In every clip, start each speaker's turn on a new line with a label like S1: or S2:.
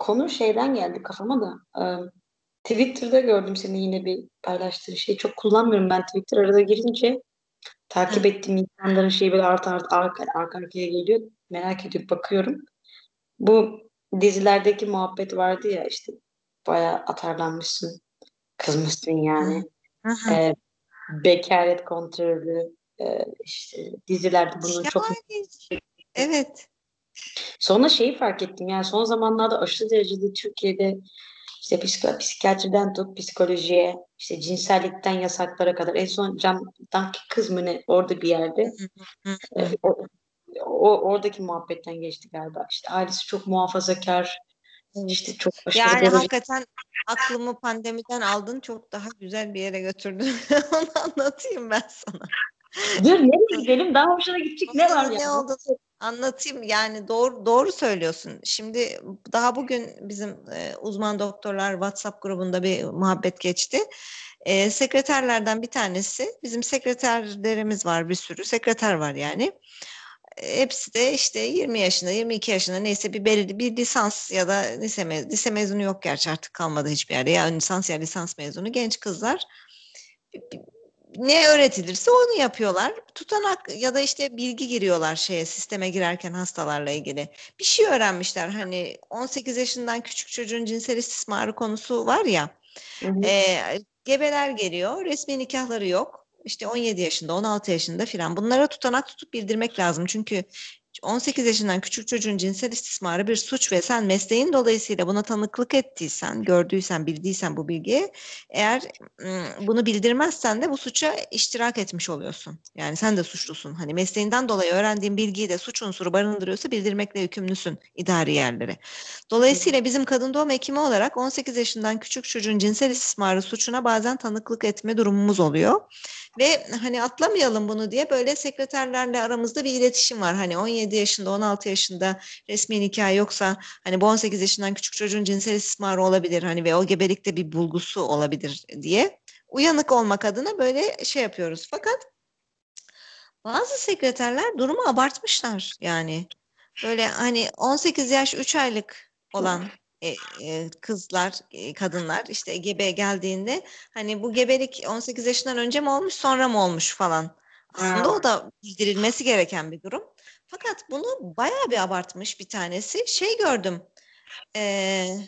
S1: konu şeyden geldi kafama da. Twitter'da gördüm seni yine bir paylaştığın şey. Çok kullanmıyorum ben Twitter. Arada girince takip
S2: Hı.
S1: ettiğim insanların şeyi böyle arka arkaya geliyor. Merak edip bakıyorum. Bu dizilerdeki muhabbet vardı ya işte bayağı atarlanmışsın. Kızmışsın
S2: Hı.
S1: yani.
S2: Hı hı.
S1: Ee, Bekaret kontrolü işte dizilerde bunun çok
S2: Yani evet.
S1: sonra şeyi fark ettim yani son zamanlarda aşırı derecede Türkiye'de işte psikiyatriden tut psikolojiye işte cinsellikten yasaklara kadar en son Cam'daki kız mı ne orada bir
S2: Hı
S1: yerde
S2: hı. Hı
S1: e,
S2: hı.
S1: o, oradaki muhabbetten geçti galiba işte ailesi çok muhafazakar işte
S2: Evet.
S1: çok aşırı
S2: Yani
S1: derece
S2: hakikaten aklımı pandemiden aldın, çok daha güzel bir yere götürdün. Onu anlatayım ben sana.
S1: dur nereye gidelim daha hoşuna gidecek ne var
S2: Pandeminin ne
S1: yani.
S2: olduğunu anlatayım. Yani doğru söylüyorsun. Şimdi daha bugün bizim uzman doktorlar WhatsApp grubunda bir muhabbet geçti. Sekreterlerden bir tanesi, bizim sekreterlerimiz var, bir sürü sekreter var yani. Hepsi de işte 20 yaşında, 22 yaşında, neyse bir belli bir lisans ya da lise mezunu yok gerçi, artık kalmadı hiçbir yerde. Ya lisans ya lisans mezunu genç kızlar. Ne öğretilirse onu yapıyorlar. Tutanak ya da işte bilgi giriyorlar sisteme girerken hastalarla ilgili. Bir şey öğrenmişler. Hani 18 yaşından küçük çocuğun cinsel istismarı konusu var ya.
S1: Hı hı.
S2: E, Gebeler geliyor. Resmi nikahları yok. İşte 17 yaşında, 16 yaşında filan. Bunlara tutanak tutup bildirmek lazım. Çünkü 18 yaşından küçük çocuğun cinsel istismarı bir suç ve sen mesleğin dolayısıyla buna tanıklık ettiysen, gördüysen, bildiysen bu bilgiyi, eğer bunu bildirmezsen de bu suça iştirak etmiş oluyorsun. Yani sen de suçlusun. Hani mesleğinden dolayı öğrendiğin bilgiyi de suç unsuru barındırıyorsa bildirmekle yükümlüsün idari yerlere. Dolayısıyla bizim kadın doğum hekimi olarak 18 yaşından küçük çocuğun cinsel istismarı suçuna bazen tanıklık etme durumumuz oluyor. Ve hani atlamayalım bunu diye böyle sekreterlerle aramızda bir iletişim var. Hani 17 yaşında, 16 yaşında resmi nikah yoksa hani bu 18 yaşından küçük çocuğun cinsel istismarı olabilir. Hani ve o gebelikte bir bulgusu olabilir diye. Uyanık olmak adına böyle şey yapıyoruz. Fakat bazı sekreterler durumu abartmışlar yani. Böyle hani 18 yaş 3 aylık olan kızlar, kadınlar işte gebe geldiğinde hani bu gebelik 18 yaşından önce mi olmuş, sonra mı olmuş falan. Aslında o
S1: Ha.
S2: da bildirilmesi gereken bir durum. Fakat bunu bayağı bir abartmış bir tanesi. Şey gördüm. E,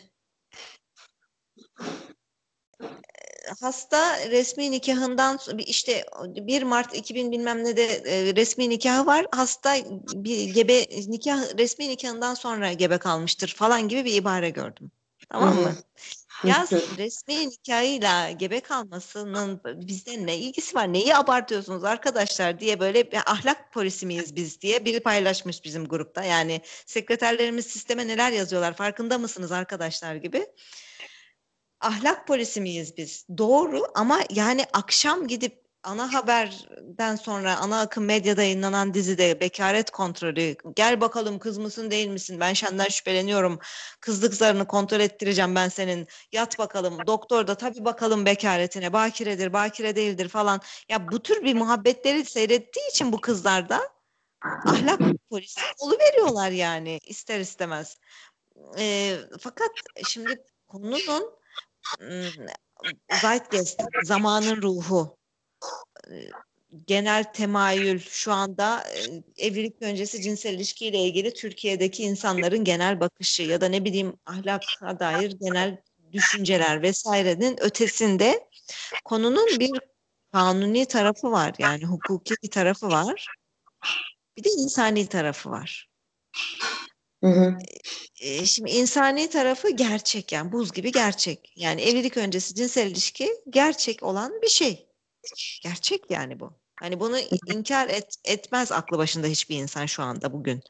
S2: Hasta resmi nikahından işte 1 Mart 2000 bilmem ne de resmi nikahı var. Hasta bir gebe resmi nikahından sonra gebe kalmıştır falan gibi bir ibare gördüm.
S1: Hı
S2: Tamam
S1: hı.
S2: mı?
S1: Hı
S2: Ya
S1: hı.
S2: resmi nikahıyla gebe kalmasının bizde ne ilgisi var? Neyi abartıyorsunuz arkadaşlar diye böyle bir ahlak polisi miyiz biz diye biri paylaşmış bizim grupta. Yani sekreterlerimiz sisteme neler yazıyorlar farkında mısınız arkadaşlar gibi. Ahlak polisi miyiz biz? Doğru, ama yani akşam gidip ana haberden sonra ana akım medyada yayınlanan dizide bekaret kontrolü, gel bakalım kız mısın değil misin, ben senden şüpheleniyorum, kızlık zarını kontrol ettireceğim ben senin, yat bakalım, doktor da tabii bakalım bekaretine, bakiredir bakire değildir falan. Ya bu tür bir muhabbetleri seyrettiği için bu kızlar da ahlak polisi oluveriyorlar yani ister istemez. Fakat şimdi konunun ım, zeitgeist, zamanın ruhu, e, genel temayül şu anda evlilik öncesi cinsel ilişkiyle ilgili Türkiye'deki insanların genel bakışı ya da ne bileyim ahlaka dair genel düşünceler vesairenin ötesinde konunun bir kanuni tarafı var. Yani hukuki bir tarafı var. Bir de insani tarafı var.
S1: Hı hı.
S2: Şimdi insani tarafı gerçek, yani buz gibi gerçek. Yani evlilik öncesi cinsel ilişki gerçek olan bir şey. Gerçek yani bu. Hani bunu inkar etmez aklı başında hiçbir insan şu anda bugün.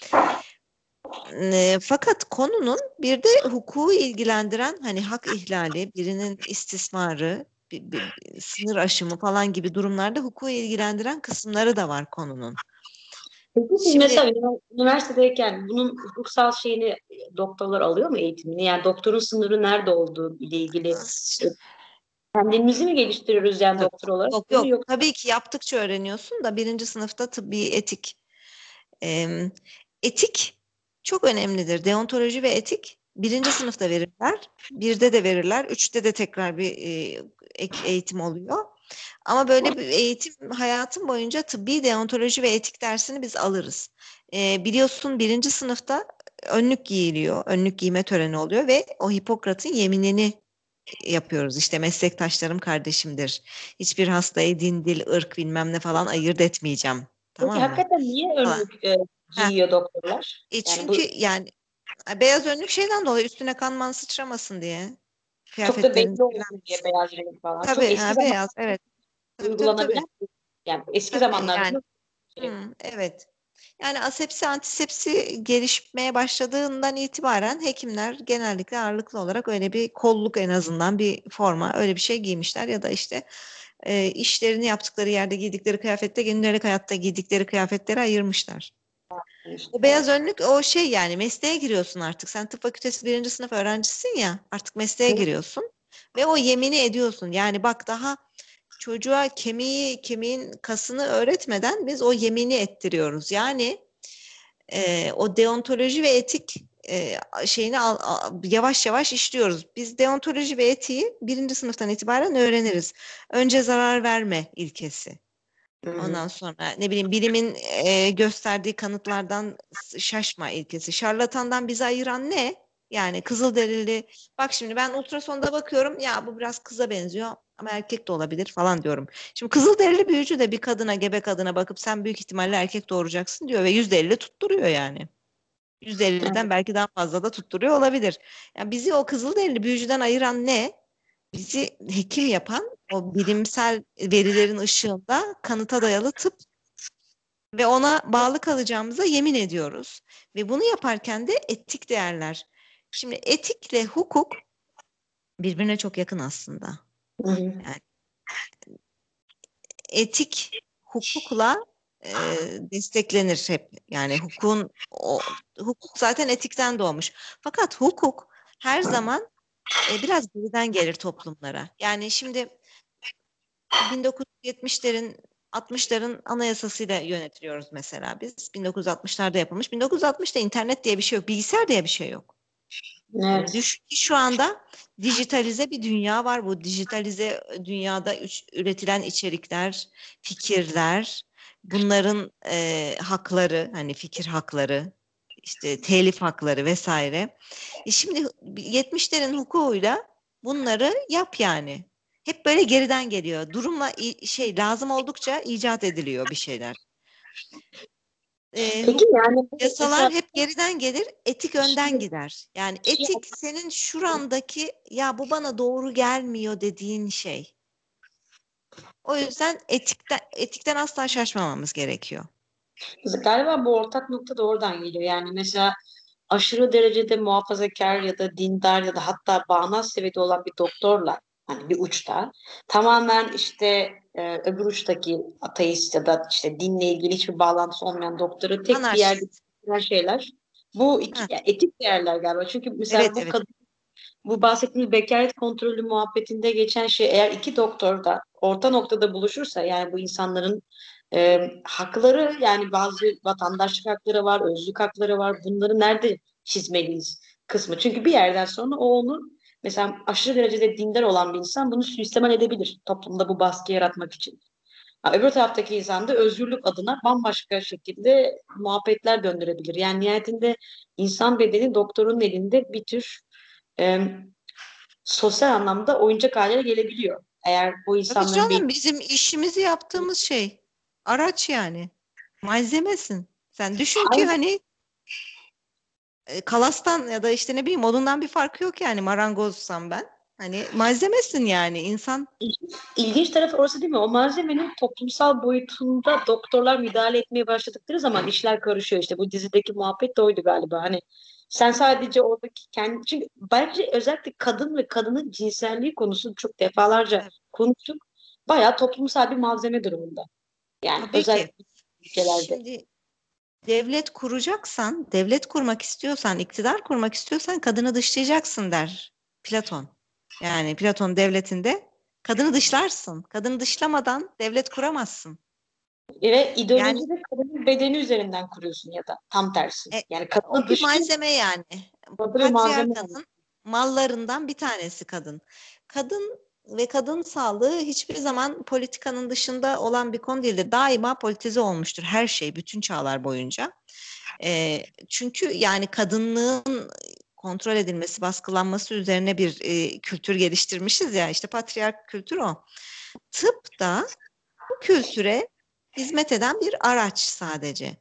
S2: Fakat konunun bir de hukuku ilgilendiren hani hak ihlali, birinin istismarı, sınır aşımı falan gibi durumlarda hukuku ilgilendiren kısımları da var konunun.
S1: Peki siz
S2: Şimdi
S1: mesela üniversitedeyken bunun hukuksal şeyini doktorlar alıyor mu eğitimini? Yani doktorun sınırı nerede olduğu ile ilgili kendimizi mi geliştiriyoruz yani
S2: yok,
S1: doktor olarak?
S2: yok.
S1: Yok.
S2: Tabii ki yaptıkça öğreniyorsun da birinci sınıfta tıbbi etik. Etik çok önemlidir. Deontoloji ve etik Birinci sınıfta verirler, birde de verirler, üçte de tekrar bir ek eğitim oluyor. Ama böyle bir eğitim hayatım boyunca tıbbi deontoloji ve etik dersini biz alırız. Biliyorsun birinci sınıfta önlük giyiliyor, önlük giyme töreni oluyor ve o Hipokrat'ın yeminini yapıyoruz. İşte meslektaşlarım kardeşimdir. Hiçbir hastayı din, dil, ırk bilmem ne falan ayırt etmeyeceğim.
S1: Peki
S2: Tamam mı?
S1: hakikaten niye
S2: Falan.
S1: önlük
S2: Heh.
S1: giyiyor doktorlar? Yani
S2: Çünkü
S1: bu
S2: yani beyaz önlük şeyden dolayı üstüne kanman sıçramasın diye.
S1: çok da
S2: Kıyafetlerin
S1: belli olsun diye
S2: kirlenmesin.
S1: beyaz renk falan. Çok
S2: Tabii
S1: eski zaman
S2: beyaz, evet. Tabii.
S1: uygulanabilen yani eski
S2: Tabii yani.
S1: zamanlarda şey.
S2: Evet. Yani asepsi, antisepsi gelişmeye başladığından itibaren hekimler genellikle ağırlıklı olarak öyle bir kolluk, en azından bir forma, öyle bir şey giymişler ya da işte işlerini yaptıkları yerde giydikleri kıyafette gündelik hayatta giydikleri kıyafetleri ayırmışlar.
S1: İşte,
S2: O beyaz önlük o şey, yani mesleğe giriyorsun artık. Sen tıp fakültesi birinci sınıf öğrencisin ya, artık mesleğe
S1: evet.
S2: giriyorsun ve o yemini ediyorsun. Yani bak, daha çocuğa kemiğin kasını öğretmeden biz o yemini ettiriyoruz. Yani o deontoloji ve etik şeyini yavaş yavaş işliyoruz. Biz deontoloji ve etiği birinci sınıftan itibaren öğreniriz. Önce zarar verme ilkesi.
S1: Hı hı.
S2: Ondan sonra ne bileyim, bilimin gösterdiği kanıtlardan şaşma ilkesi. Şarlatandan bizi ayıran ne? Yani kızılderili, bak şimdi ben ultrasonda bakıyorum, ya bu biraz kıza benziyor ama erkek de olabilir falan diyorum. Şimdi kızılderili büyücü de bir kadına, gebe kadına bakıp sen büyük ihtimalle erkek doğuracaksın diyor ve %50 tutturuyor yani. %50'den belki daha fazla da tutturuyor olabilir. Yani bizi o kızılderili büyücüden ayıran ne? Bizi hekim yapan o bilimsel verilerin ışığında kanıta dayalı tıp ve ona bağlı kalacağımıza yemin ediyoruz. Ve bunu yaparken de etik değerler. Şimdi etikle hukuk birbirine çok yakın aslında.
S1: Hı hı.
S2: Yani etik hukukla desteklenir hep. Yani hukuk zaten etikten doğmuş. Fakat hukuk her zaman biraz geriden gelir toplumlara. Yani şimdi 1970'lerin 60'ların anayasasıyla yönetiliyoruz mesela biz. 1960'larda yapılmış. 1960'da internet diye bir şey yok. Bilgisayar diye bir şey yok. Yani
S1: Evet.
S2: düşün ki şu anda dijitalize bir dünya var. Bu dijitalize dünyada üretilen içerikler, fikirler, bunların hakları, hani fikir hakları, işte telif hakları vesaire. Şimdi 70'lerin hukukuyla bunları yap yani. Hep böyle geriden geliyor. Durumla şey lazım oldukça icat ediliyor bir şeyler.
S1: Peki yani
S2: Yasalar
S1: mesela
S2: hep geriden gelir, etik önden
S1: şimdi
S2: gider. Yani
S1: bir şey
S2: etik senin şurandaki, ya bu bana doğru gelmiyor dediğin şey. O yüzden etikten asla şaşmamamız gerekiyor.
S1: galiba bu ortak nokta da oradan geliyor. Yani mesela aşırı derecede muhafazakar ya da dindar ya da hatta bağnaz seviyede olan bir doktorla hani bir uçta tamamen işte öbür uçtaki ateist ya da işte dinle ilgili hiçbir bağlantısı olmayan doktoru tek bir yerde
S2: Anarşist.
S1: tutan şeyler bu iki
S2: Heh,
S1: yani etik değerler galiba. Çünkü mesela
S2: evet
S1: bu
S2: evet.
S1: kadın bu bahsettiğimiz bekaret kontrolü muhabbetinde geçen şey eğer iki doktor da orta noktada buluşursa yani bu insanların hakları yani bazı vatandaşlık hakları var, özlük hakları var. Bunları nerede çizmeliyiz kısmı. Çünkü bir yerden sonra o onu mesela aşırı derecede dindar olan bir insan bunu suistimal edebilir toplumda bu baskı yaratmak için. Ha, öbür taraftaki insan da özgürlük adına bambaşka şekilde muhabbetler döndürebilir. Yani nihayetinde insan bedeni doktorun elinde bir tür e, sosyal anlamda oyuncak haline gelebiliyor. Eğer bu
S2: Tabii
S1: insanların bir
S2: canım, bizim işimizi yaptığımız şey. Araç yani. Malzemesin. Sen düşün ki
S1: aynı
S2: hani kalastan ya da işte ne bileyim odundan bir farkı yok yani, marangozsam ben. Hani malzemesin yani insan.
S1: ilginç tarafı orası değil mi? O malzemenin toplumsal boyutunda doktorlar müdahale etmeye başladıkları zaman işler karışıyor. İşte bu dizideki muhabbet de oydu galiba. Hani sen sadece oradaki kendi çünkü bence özellikle kadın ve kadının cinselliği konusunu çok defalarca
S2: Evet,
S1: konuştuk. Bayağı toplumsal bir malzeme durumunda. Yani
S2: tabii ki.
S1: özellikle ülkelerde.
S2: Şimdi devlet kuracaksan, devlet kurmak istiyorsan, iktidar kurmak istiyorsan kadını dışlayacaksın der Platon. Yani Platon devletinde kadını dışlarsın. Kadını dışlamadan devlet kuramazsın.
S1: Ve
S2: Yani
S1: ideoloji de kadının bedeni üzerinden kuruyorsun ya da tam tersi. Yani kadını
S2: o bir
S1: dışlıyor.
S2: malzeme yani.
S1: Orada bir malzeme var.
S2: patriarkanın mallarından bir tanesi kadın. Kadın ve kadın sağlığı hiçbir zaman politikanın dışında olan bir konu değildir. Daima politize olmuştur her şey, bütün çağlar boyunca. Çünkü yani kadınlığın kontrol edilmesi, baskılanması üzerine bir kültür geliştirmişiz ya, işte patriark kültür o. Tıp da bu kültüre hizmet eden bir araç sadece.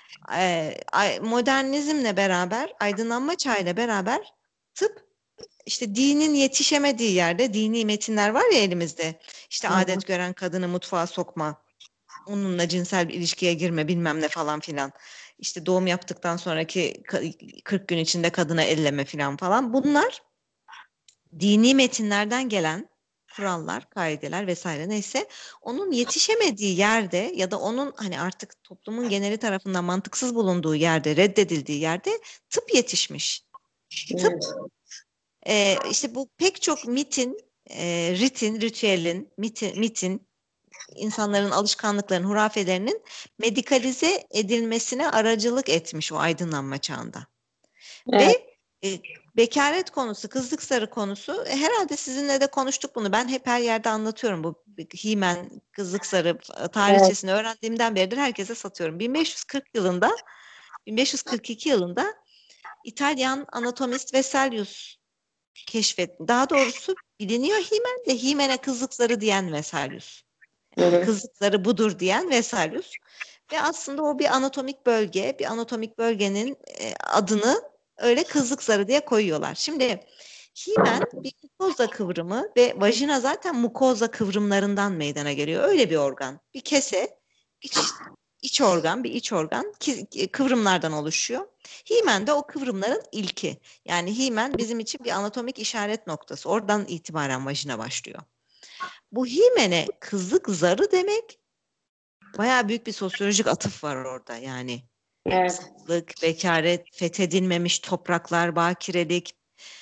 S2: Modernizmle beraber, aydınlanma çağıyla beraber tıp işte dinin yetişemediği yerde, dini metinler var ya elimizde. İşte
S1: Hı hı.
S2: adet gören kadını mutfağa sokma, onunla cinsel bir ilişkiye girme bilmem ne falan filan. İşte doğum yaptıktan sonraki 40 gün içinde kadına elleme falan. Bunlar dini metinlerden gelen kurallar, kaideler vesaire neyse, onun yetişemediği yerde ya da onun hani artık toplumun geneli tarafından mantıksız bulunduğu yerde, reddedildiği yerde tıp yetişmiş. Tıp
S1: Evet.
S2: işte bu pek çok mitin, ritin, ritüelin, mitin, insanların alışkanlıklarının, hurafelerinin medikalize edilmesine aracılık etmiş o aydınlanma çağında.
S1: Evet.
S2: Ve bekaret konusu, kızlık sarı konusu, herhalde sizinle de konuştuk bunu. Ben hep her yerde anlatıyorum bu Himen, kızlık sarı
S1: Evet.
S2: tarihçesini öğrendiğimden beridir herkese satıyorum. 1540 yılında, 1542 yılında İtalyan anatomist Vesalius keşfetti. Daha doğrusu biliniyor Himen de, Himen'e kızlık zarı diyen Vesalius.
S1: Hı hı.
S2: Kızlık zarı budur diyen Vesalius. Ve aslında o bir anatomik bölge, bir anatomik bölgenin adını öyle kızlık zarı diye koyuyorlar. Şimdi himen bir mukoza kıvrımı ve vajina zaten mukoza kıvrımlarından meydana geliyor. Öyle bir organ. Bir kese, iç organ, bir iç organ kıvrımlardan oluşuyor. Himen de o kıvrımların ilki. Yani himen bizim için bir anatomik işaret noktası. Oradan itibaren vajina başlıyor. Bu himene kızlık zarı demek, bayağı büyük bir sosyolojik atıf var orada yani.
S1: Evet.
S2: Kızlık, bekaret, fethedilmemiş topraklar, bakirelik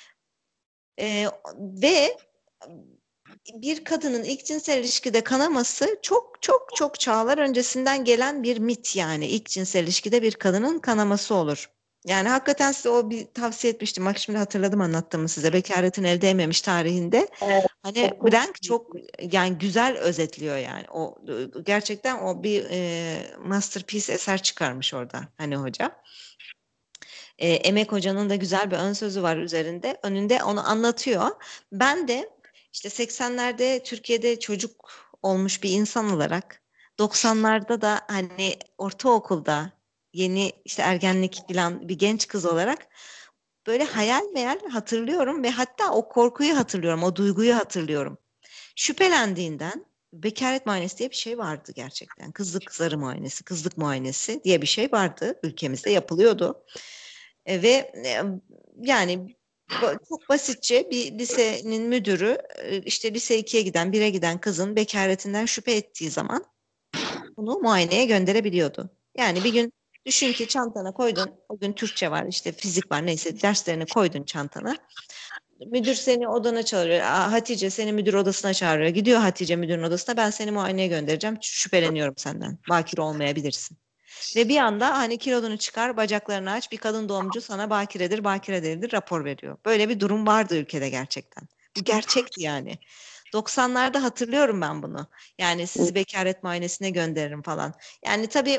S2: ve bir kadının ilk cinsel ilişkide kanaması çok çok çok çağlar öncesinden gelen bir mit yani. İlk cinsel ilişkide bir kadının kanaması olur. Yani hakikaten size o bir tavsiye etmiştim. Bak şimdi hatırladım anlattığımı size. Bekaretin el değmemiş tarihinde.
S1: Evet.
S2: Hani
S1: Çok
S2: Blank çok yani güzel özetliyor yani. O gerçekten o bir masterpiece eser çıkarmış orada hani hoca. Emek Hoca'nın da güzel bir ön sözü var üzerinde. Önünde onu anlatıyor. Ben de işte 80'lerde Türkiye'de çocuk olmuş bir insan olarak, 90'larda da hani ortaokulda yeni işte ergenlik falan bir genç kız olarak böyle hayal meyal hatırlıyorum ve hatta o korkuyu hatırlıyorum, o duyguyu hatırlıyorum. Şüphelendiğinden, bekaret muayenesi diye bir şey vardı gerçekten. Kızlık zarı muayenesi, kızlık muayenesi diye bir şey vardı, ülkemizde yapılıyordu. Ve yani çok basitçe bir lisenin müdürü işte lise 2'ye giden, 1'e giden kızın bekaretinden şüphe ettiği zaman bunu muayeneye gönderebiliyordu. Yani bir gün düşün ki çantana koydun, o gün Türkçe var, işte fizik var, neyse derslerini koydun çantana. Müdür seni odana çağırıyor. Hatice seni müdür odasına çağırıyor. Gidiyor Hatice müdürün odasına. Ben seni muayeneye göndereceğim. Şüpheleniyorum senden. Bakire olmayabilirsin. Ve bir anda hani kilodunu çıkar, bacaklarını aç, bir kadın doğumcu sana bakiredir, bakire değildir rapor veriyor. Böyle bir durum vardı ülkede gerçekten. Bu gerçekti yani. 90'larda hatırlıyorum ben bunu. Yani sizi bekaret muayenesine gönderirim falan. Yani tabii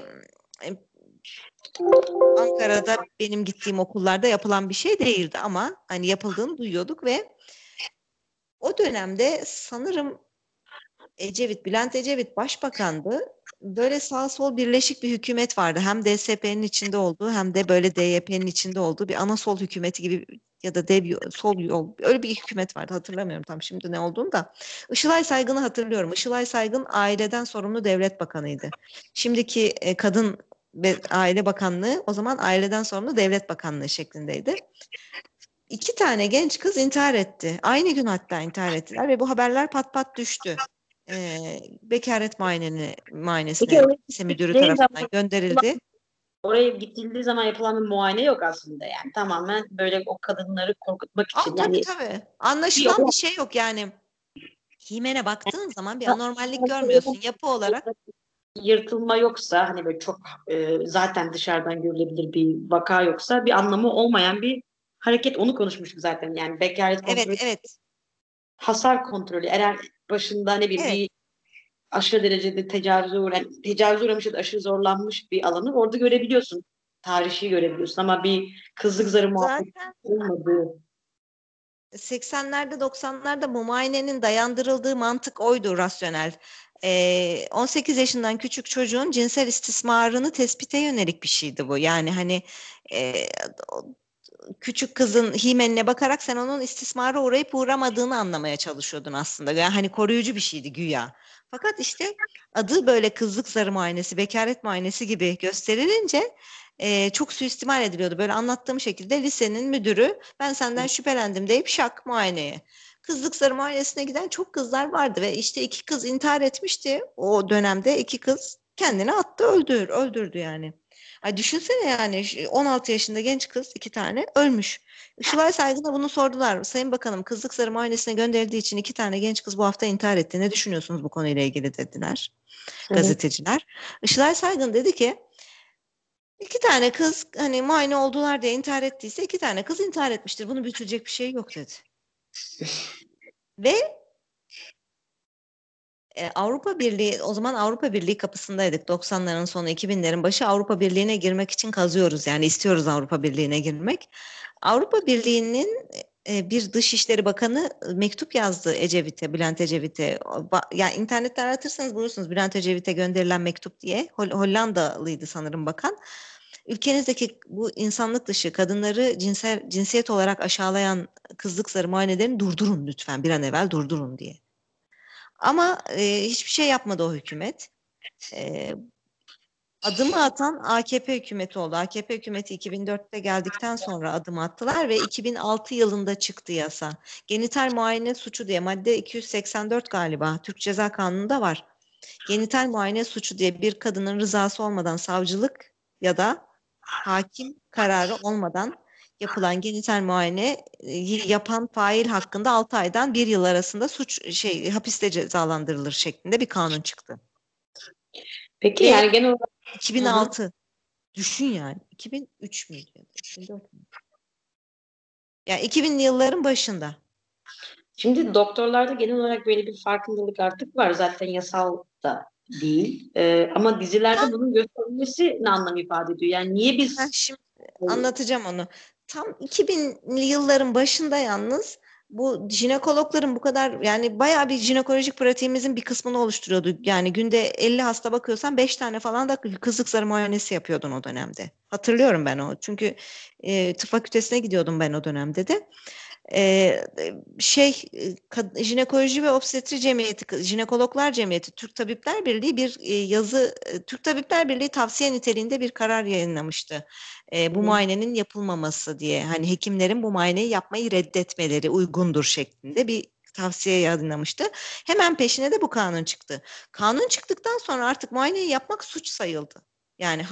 S2: Ankara'da benim gittiğim okullarda yapılan bir şey değildi ama hani yapıldığını duyuyorduk ve o dönemde sanırım Bülent Ecevit başbakandı. Böyle sağ sol birleşik bir hükümet vardı. Hem DSP'nin içinde olduğu hem de böyle DYP'nin içinde olduğu bir ana sol hükümeti gibi ya da sol yol, öyle bir hükümet vardı. Hatırlamıyorum tam şimdi ne olduğunu da. Işılay Saygın'ı hatırlıyorum. Işılay Saygın aileden sorumlu devlet bakanıydı. Şimdiki Kadın ve Aile Bakanlığı o zaman aileden sorumlu devlet bakanlığı şeklindeydi. 2 tane genç kız intihar etti. Aynı gün hatta intihar ettiler ve bu haberler pat pat düştü. Bekaret
S1: Peki
S2: muayenesine
S1: oraya
S2: lise müdürü
S1: gittiği
S2: tarafından
S1: zaman
S2: gönderildi.
S1: oraya gidildiği zaman yapılan bir muayene yok aslında yani. Tamamen böyle o kadınları korkutmak için.
S2: Tabii
S1: Yani
S2: tabii.
S1: bir
S2: Anlaşılan bir şey yok yani. Himene baktığın zaman bir anormallik görmüyorsun. Yapı olarak
S1: yırtılma yoksa hani böyle çok zaten dışarıdan görülebilir bir vaka yoksa bir anlamı olmayan bir hareket onu konuşmuştuk zaten. Yani bekaret
S2: Evet,
S1: kontrolü,
S2: evet,
S1: hasar kontrolü. Eğer başında ne bileyim
S2: evet.
S1: bir aşırı derecede tecavüze uğramış ya da aşırı zorlanmış bir alanı orada görebiliyorsun. Tarihi görebiliyorsun ama bir kızlık zarı muhabbeti
S2: Zaten
S1: olmadığı.
S2: 80'lerde 90'larda bu muayenenin dayandırıldığı mantık oydu, rasyonel. 18 yaşından küçük çocuğun cinsel istismarını tespite yönelik bir şeydi bu. Yani hani e, küçük kızın himenine bakarak sen onun istismara uğrayıp uğramadığını anlamaya çalışıyordun aslında. Yani hani koruyucu bir şeydi güya. Fakat işte adı böyle kızlık zarı muayenesi, bekaret muayenesi gibi gösterilince çok suistimal ediliyordu. Böyle anlattığım şekilde lisenin müdürü ben senden şüphelendim deyip şak muayeneye. Kızlık zarı muayenesine giden çok kızlar vardı ve işte 2 kız intihar etmişti o dönemde. 2 kız kendini attı, öldürdü yani. Ay düşünsene yani 16 yaşında genç kız 2 tane ölmüş. Işılay Saygın'a bunu sordular. Sayın Bakanım, kızlık sarı muayenesine gönderildiği için 2 tane genç kız bu hafta intihar etti. Ne düşünüyorsunuz bu konuyla ilgili dediler
S1: Hı hı.
S2: gazeteciler. Işılay Saygın dedi ki 2 tane kız hani muayene oldular diye intihar ettiyse 2 tane kız intihar etmiştir. Bunu büyütecek bir şey yok dedi. Ve Avrupa Birliği, o zaman Avrupa Birliği kapısındaydık. 90'ların sonu 2000'lerin başı Avrupa Birliği'ne girmek için kazıyoruz. Yani istiyoruz Avrupa Birliği'ne girmek. Avrupa Birliği'nin bir Dışişleri Bakanı mektup yazdı Ecevit'e, Bülent Ecevit'e. Yani internette aratırsanız bulursunuz Bülent Ecevit'e gönderilen mektup diye. Hollandalıydı sanırım bakan. Ülkenizdeki bu insanlık dışı kadınları cinsiyet olarak aşağılayan kızlık zarı muayenelerini durdurun lütfen, bir an evvel durdurun diye. Ama hiçbir şey yapmadı o hükümet. E, Adımı atan AKP hükümeti oldu. AKP hükümeti 2004'te geldikten sonra adım attılar ve 2006 yılında çıktı yasa. Genital muayene suçu diye madde 284 galiba Türk Ceza Kanunu'nda var. Genital muayene suçu diye bir kadının rızası olmadan savcılık ya da hakim kararı olmadan yapılan genital muayene yapan fail hakkında 6 aydan 1 yıl arasında hapiste cezalandırılır şeklinde bir kanun çıktı.
S1: Peki
S2: Ve
S1: yani genel olarak. Hı hı.
S2: 2006, düşün yani 2003 müydü ya da 2004 mü? Yani 2000'li yılların başında.
S1: Şimdi doktorlarda genel olarak böyle bir farkındalık artık var. Zaten yasal da değil. Ama dizilerde
S2: Tam
S1: bunun gösterilmesi ne anlam ifade ediyor? Yani niye biz
S2: şimdi anlatacağım onu. Tam 2000'li yılların başında yalnız bu jinekologların bu kadar, yani bayağı bir jinekolojik pratiğimizin bir kısmını oluşturuyordu. Yani günde 50 hasta bakıyorsan 5 tane falan da kızlık zarı muayenesi yapıyordun o dönemde. Hatırlıyorum ben o. Çünkü tıp fakültesine gidiyordum ben o dönemde de. Ee, Jinekoloji ve Obstetri Cemiyeti, Jinekologlar Cemiyeti, Türk Tabipler Birliği bir Türk Tabipler Birliği tavsiye niteliğinde bir karar yayınlamıştı. Bu muayenenin yapılmaması diye, hani hekimlerin bu muayeneyi yapmayı reddetmeleri uygundur şeklinde bir tavsiye yayınlamıştı. Hemen peşine de bu kanun çıktı. Kanun çıktıktan sonra artık muayeneyi yapmak suç sayıldı. Yani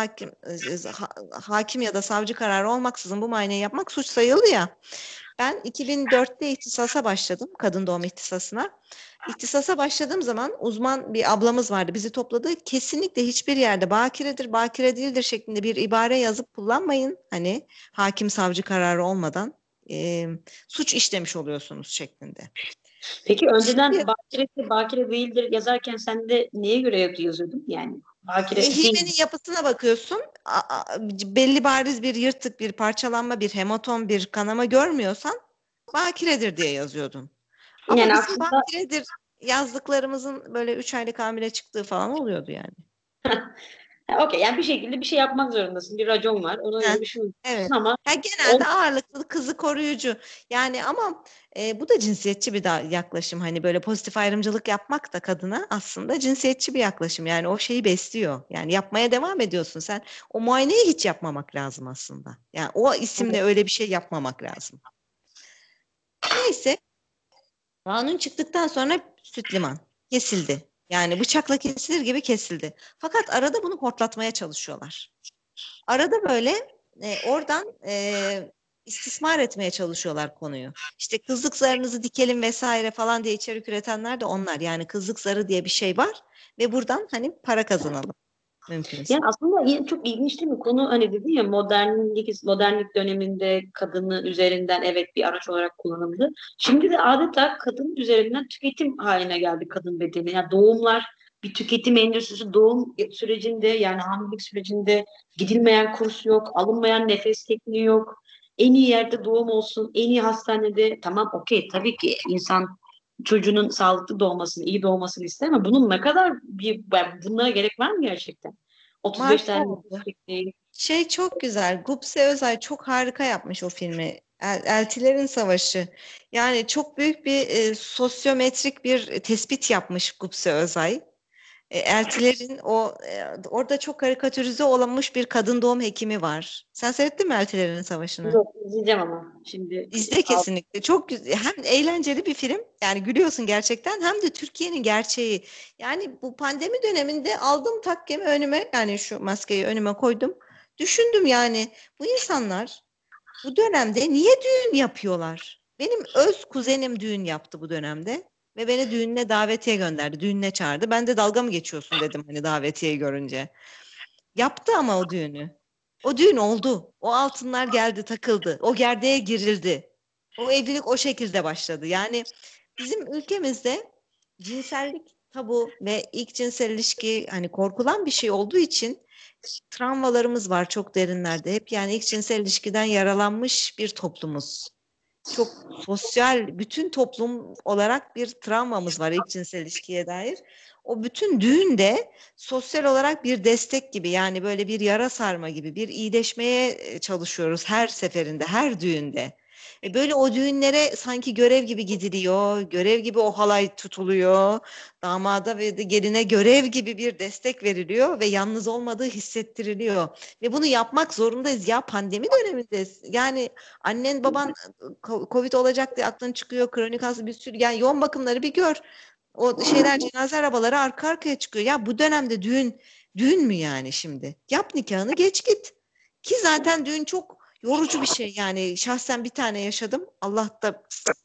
S2: hakim ya da savcı kararı olmaksızın bu muayeneyi yapmak suç sayıldı ya. Ben 2004'te ihtisasa başladım, kadın doğum ihtisasına. İhtisasa başladığım zaman uzman bir ablamız vardı, bizi topladı. Kesinlikle hiçbir yerde bakiredir, bakire değildir şeklinde bir ibare yazıp kullanmayın. Hani hakim savcı kararı olmadan e, suç işlemiş oluyorsunuz şeklinde.
S1: Peki önceden
S2: Şimdi
S1: bakire bakire değildir yazarken sen de neye göre yazıyordun? Yani bakire değil.
S2: himenin yapısına bakıyorsun. Belli bariz bir yırtık, bir parçalanma, bir hematom, bir kanama görmüyorsan bakiredir diye yazıyordun. Ama
S1: Yani
S2: bizim
S1: aslında
S2: bakiredir yazdıklarımızın böyle 3 aylık hamile çıktığı falan oluyordu yani.
S1: okey, yani bir şekilde bir şey yapmak zorundasın. Bir racon var. Ona
S2: Heh,
S1: göre bir şey
S2: evet.
S1: uyguluyorsun ama
S2: Ha,
S1: o
S2: genelde ağırlıklı kızı koruyucu. Yani ama bu da cinsiyetçi bir yaklaşım. Hani böyle pozitif ayrımcılık yapmak da kadına aslında cinsiyetçi bir yaklaşım. Yani o şeyi besliyor. Yani yapmaya devam ediyorsun sen. O muayeneyi hiç yapmamak lazım aslında. Yani o isimle öyle bir şey yapmamak lazım. Neyse, kanun çıktıktan sonra süt liman kesildi. Yani bıçakla kesilir gibi kesildi. Fakat arada bunu hortlatmaya çalışıyorlar. Arada böyle oradan istismar etmeye çalışıyorlar konuyu. İşte kızlık zarınızı dikelim vesaire falan diye içerik üretenler de onlar. Yani kızlık zarı diye bir şey var ve buradan hani para kazanalım. mümkünse.
S1: Yani aslında çok ilginç değil mi? Konu hani dedin ya modernlik döneminde kadının üzerinden evet bir araç olarak kullanıldı. Şimdi de adeta kadın üzerinden tüketim haline geldi kadın bedeni. Yani doğumlar bir tüketim endüstrisi, doğum sürecinde yani hamilelik sürecinde gidilmeyen kurs yok, alınmayan nefes tekniği yok. En iyi yerde doğum olsun, en iyi hastanede. Tamam, okey, tabii ki insan çocuğunun sağlıklı doğmasını, iyi doğmasını ister ama bunun ne kadar bunlara gerek var mı gerçekten? 35
S2: Marka
S1: tane
S2: oldu.
S1: değil.
S2: Şey çok güzel. Gupse Özay çok harika yapmış o filmi. Eltilerin Savaşı. Yani çok büyük bir sosyometrik bir tespit yapmış Gupse Özay. Eltilerin orada çok karikatürize olmuş bir kadın doğum hekimi var. Sen seyrettin mi Eltilerin Savaşı'nı?
S1: Yok, izleyeceğim ama şimdi
S2: İzle
S1: al.
S2: kesinlikle. Çok güzel. Hem eğlenceli bir film. Yani gülüyorsun gerçekten. Hem de Türkiye'nin gerçeği. Yani bu pandemi döneminde aldım takkemi önüme. Yani şu maskeyi önüme koydum. Düşündüm yani bu insanlar bu dönemde niye düğün yapıyorlar? Benim öz kuzenim düğün yaptı bu dönemde. Ve beni düğününe davetiye gönderdi. Düğününe çağırdı. Ben de dalga mı geçiyorsun dedim hani davetiyeyi görünce. Yaptı ama o düğünü. O düğün oldu. O altınlar geldi, takıldı. O gerdeğe girildi. O evlilik o şekilde başladı. Yani bizim ülkemizde cinsellik tabu ve ilk cinsel ilişki hani korkulan bir şey olduğu için travmalarımız var çok derinlerde. Hep yani ilk cinsel ilişkiden yaralanmış bir toplumuz. Çok sosyal, bütün toplum olarak bir travmamız var ilk cinsel ilişkiye dair. O bütün düğünde sosyal olarak bir destek gibi yani böyle bir yara sarma gibi bir iyileşmeye çalışıyoruz her seferinde, her düğünde. Böyle o düğünlere sanki görev gibi gidiliyor, görev gibi o halay tutuluyor, damada ve de geline görev gibi bir destek veriliyor ve yalnız olmadığı hissettiriliyor. Ve bunu yapmak zorundayız ya pandemi dönemindeyiz. Yani annen baban Covid olacak diye aklın çıkıyor. Kronik hasta bir sürü yani yoğun bakımları bir gör. O şeyler cenaze arabaları arka arkaya çıkıyor. Ya bu dönemde düğün mü yani şimdi? Yap nikahını geç git. Ki zaten düğün çok yorucu bir şey yani şahsen bir tane yaşadım. Allah da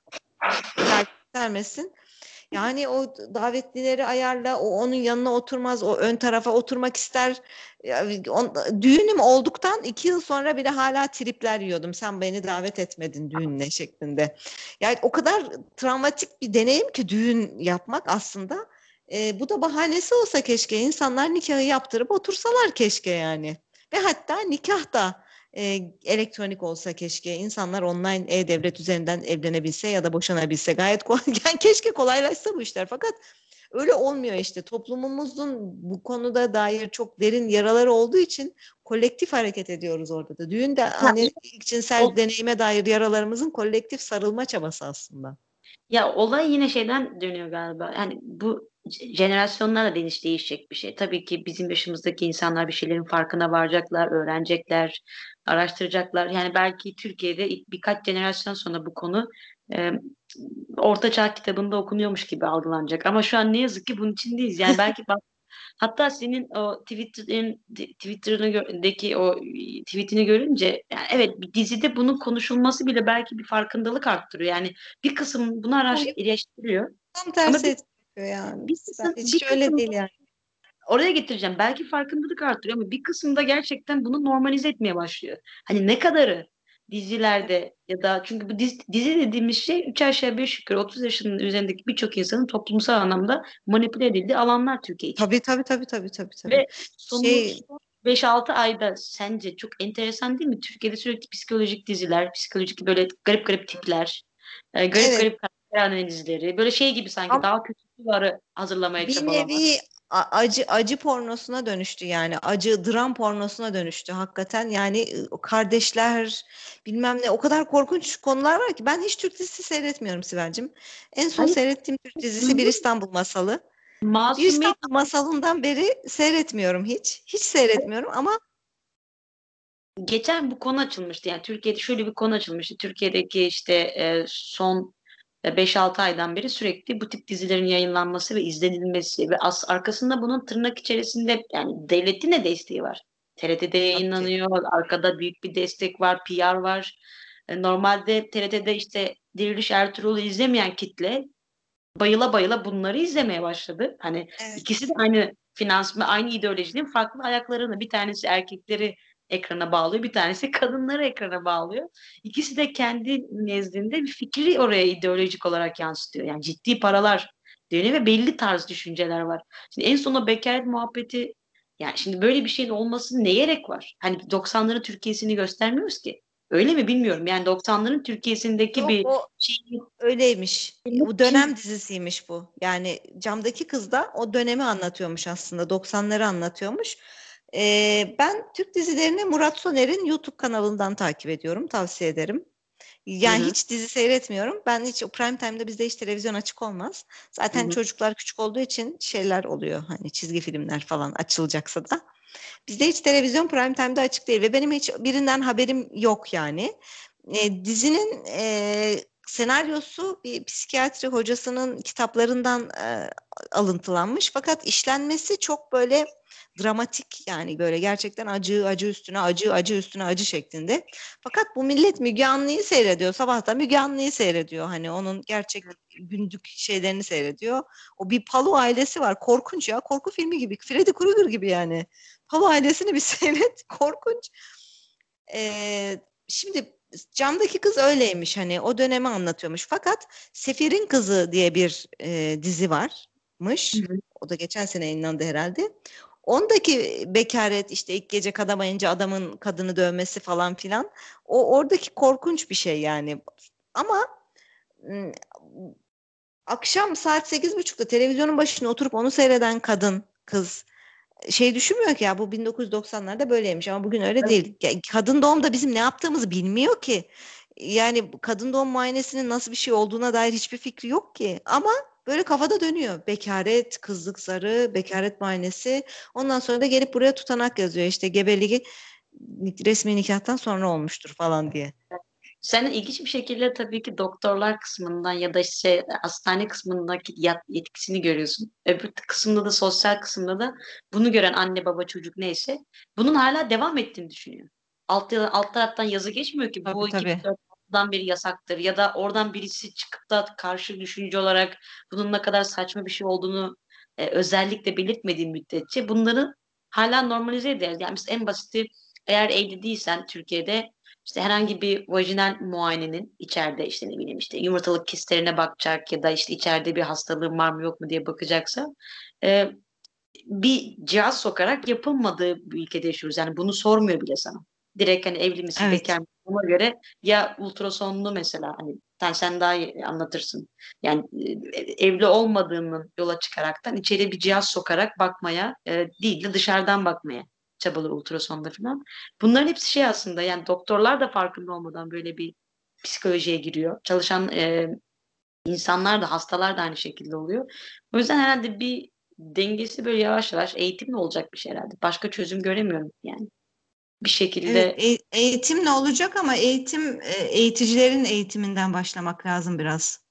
S2: bir daha göstermesin. Yani o davetlileri ayarla, o onun yanına oturmaz, o ön tarafa oturmak ister. Ya, düğünüm olduktan 2 yıl sonra bile hala tripler yiyordum. Sen beni davet etmedin düğününe şeklinde. Yani o kadar travmatik bir deneyim ki düğün yapmak aslında. Bu da bahanesi olsa keşke insanlar nikahı yaptırıp otursalar keşke yani. Ve hatta nikah da elektronik olsa keşke insanlar online e-devlet üzerinden evlenebilse ya da boşanabilse gayet kolay. Yani keşke kolaylaşsa bu işler fakat öyle olmuyor işte. Toplumumuzun bu konuda dair çok derin yaraları olduğu için kolektif hareket ediyoruz orada da. Düğün de
S1: Ya,
S2: hani ilk cinsel deneyime dair yaralarımızın kolektif sarılma çabası aslında.
S1: ya olay yine şeyden dönüyor galiba. Yani bu jenerasyonlarla değişecek bir şey. Tabii ki bizim yaşımızdaki insanlar bir şeylerin farkına varacaklar, öğrenecekler, araştıracaklar. Yani belki Türkiye'de ilk birkaç jenerasyon sonra bu konu e, Orta Çağ kitabında okunuyormuş gibi algılanacak. Ama şu an ne yazık ki bunun içindeyiz. Yani belki hatta senin o Twitter'daki o tweetini görünce yani evet bir dizide bunun konuşulması bile belki bir farkındalık arttırıyor. Yani bir kısım bunu
S2: Hayır,
S1: eleştiriyor
S2: tam
S1: ama
S2: tersi etkiliyor yani.
S1: bir kısım
S2: Hiç öyle değil yani.
S1: oraya getireceğim. Belki farkındalık artırıyor ama bir kısımda gerçekten bunu normalize etmeye başlıyor. Hani ne kadarı dizilerde ya da çünkü bu dizi dediğimiz şey 3 aşağı 5 yukarı 30 yaşının üzerindeki birçok insanın toplumsal anlamda manipüle edildiği alanlar Türkiye için.
S2: Tabii tabii tabii tabii tabii tabii.
S1: Ve
S2: Şey
S1: son 5-6 ayda sence çok enteresan değil mi? Türkiye'de sürekli psikolojik diziler, psikolojik böyle garip garip tipler, garip
S2: evet
S1: garip karakter analizleri, böyle şey gibi sanki daha kötü suları hazırlamaya
S2: bir
S1: çabalamak.
S2: nevi acı pornosuna dönüştü yani acı dram pornosuna dönüştü hakikaten yani o kardeşler bilmem ne o kadar korkunç konular var ki ben hiç Türk dizisi seyretmiyorum Sibel'cim. En son
S1: Hayır,
S2: seyrettiğim Türk dizisi Bir
S1: duygu,
S2: İstanbul Masalı. Bir
S1: masumiyet.
S2: İstanbul Masalı'ndan beri seyretmiyorum hiç seyretmiyorum ama
S1: Geçen bu konu açılmıştı. Yani Türkiye'de şöyle bir konu açılmıştı. Türkiye'deki işte son 5-6 aydan beri sürekli bu tip dizilerin yayınlanması ve izlenilmesi ve arkasında bunun tırnak içerisinde yani devletin de desteği var. TRT'de
S2: tabii ki.
S1: yayınlanıyor, arkada büyük bir destek var, PR var. Normalde TRT'de işte Diriliş Ertuğrul'u izlemeyen kitle bayıla bayıla bunları izlemeye başladı. Hani
S2: Evet.
S1: ikisi de aynı finansman aynı ideolojinin farklı ayaklarını. Bir tanesi erkekleri ekrana bağlıyor, bir tanesi kadınları ekrana bağlıyor. İkisi de kendi nezdinde bir fikri oraya ideolojik olarak yansıtıyor. Yani ciddi paralar dönüyor ve belli tarz düşünceler var. Şimdi en sona bekaret muhabbeti, yani şimdi böyle bir şeyin olması neye gerek var? Hani 90'ların Türkiye'sini göstermiyoruz ki. Öyle mi bilmiyorum. Yani 90'ların Türkiye'sindeki
S2: Yok,
S1: bir
S2: o
S1: şey
S2: öyleymiş. O
S1: için.
S2: dönem dizisiymiş bu. Yani Camdaki Kız da o dönemi anlatıyormuş aslında. 90'ları anlatıyormuş. Ben Türk dizilerini Murat Soner'in YouTube kanalından takip ediyorum. Tavsiye ederim.
S1: Hı
S2: Yani
S1: hı,
S2: hiç dizi seyretmiyorum. Ben hiç o prime time'da bizde hiç televizyon açık olmaz.
S1: hı
S2: Zaten
S1: hı.
S2: çocuklar küçük olduğu için şeyler oluyor. Hani çizgi filmler falan açılacaksa da. Bizde hiç televizyon prime time'da açık değil ve benim hiç birinden haberim yok yani. Dizinin senaryosu bir psikiyatri hocasının kitaplarından alıntılanmış. Fakat işlenmesi çok böyle dramatik, yani böyle gerçekten acı acı üstüne acı, acı üstüne acı şeklinde. Fakat bu millet Müge Anlı'yı seyrediyor. Sabahta Müge Anlı'yı seyrediyor. Hani onun gerçek gündük şeylerini seyrediyor. O bir Palu ailesi var. Korkunç ya. Korku filmi gibi. Freddy Krueger gibi yani. Palu ailesini bir seyret. Korkunç. Şimdi Camdaki Kız öyleymiş, hani o dönemi anlatıyormuş. Fakat Sefir'in Kızı diye bir dizi
S1: Hı
S2: varmış.
S1: hı.
S2: O da geçen sene yayınlandı herhalde. Ondaki bekaret, işte ilk gece kadamayınca adamın kadını dövmesi falan filan. O oradaki korkunç bir şey yani. Ama m, akşam saat 8.30'da televizyonun başına oturup onu seyreden kız şey düşünmüyor ki ya bu 1990'larda böyleymiş ama bugün öyle değil. Ya, kadın doğumda bizim ne yaptığımızı bilmiyor ki. Yani kadın doğum muayenesinin nasıl bir şey olduğuna dair hiçbir fikri yok ki. Ama böyle kafada dönüyor. Bekaret, kızlık zarı, bekaret muayenesi. Ondan sonra da gelip buraya tutanak yazıyor. İşte gebeliği resmi nikahtan sonra olmuştur falan diye.
S1: Sen ilginç bir şekilde tabii ki doktorlar kısmından ya da işte hastane kısmındaki yetkisini görüyorsun. Öbür kısımda da, sosyal kısımda da bunu gören anne baba çocuk neyse bunun hala devam ettiğini düşünüyor. Alt taraftan yazı geçmiyor ki
S2: Tabii
S1: bu
S2: tabii.
S1: 2004'dan beri yasaktır ya da oradan birisi çıkıp da karşı düşünce olarak bunun ne kadar saçma bir şey olduğunu özellikle belirtmediği müddetçe bunları hala normalize ederiz. Yani mesela en basiti, eğer evli değilsen Türkiye'de işte herhangi bir vajinal muayenenin içeride işte ne bileyim işte yumurtalık kistlerine bakacak ya da işte içeride bir hastalığın var mı yok mu diye bakacaksa e, bir cihaz sokarak yapılmadığı bir ülkede yaşıyoruz. Yani bunu sormuyor bile sana. Direkt hani evli misin, bekar
S2: Evet.
S1: mısın? Ona göre ya ultrasonlu mesela hani sen daha iyi anlatırsın. Yani evli olmadığının yola çıkaraktan içeri bir cihaz sokarak bakmaya değil de dışarıdan bakmaya çabalar ultrasonda falan. Bunların hepsi şey aslında, yani doktorlar da farkında olmadan böyle bir psikolojiye giriyor. Çalışan İnsanlar da, hastalar da aynı şekilde oluyor. O yüzden herhalde bir dengesi böyle yavaş yavaş eğitimle olacak bir şey herhalde. Başka çözüm göremiyorum yani. Bir
S2: Evet,
S1: şekilde
S2: eğitim ne olacak ama eğiticilerin eğitiminden başlamak lazım biraz.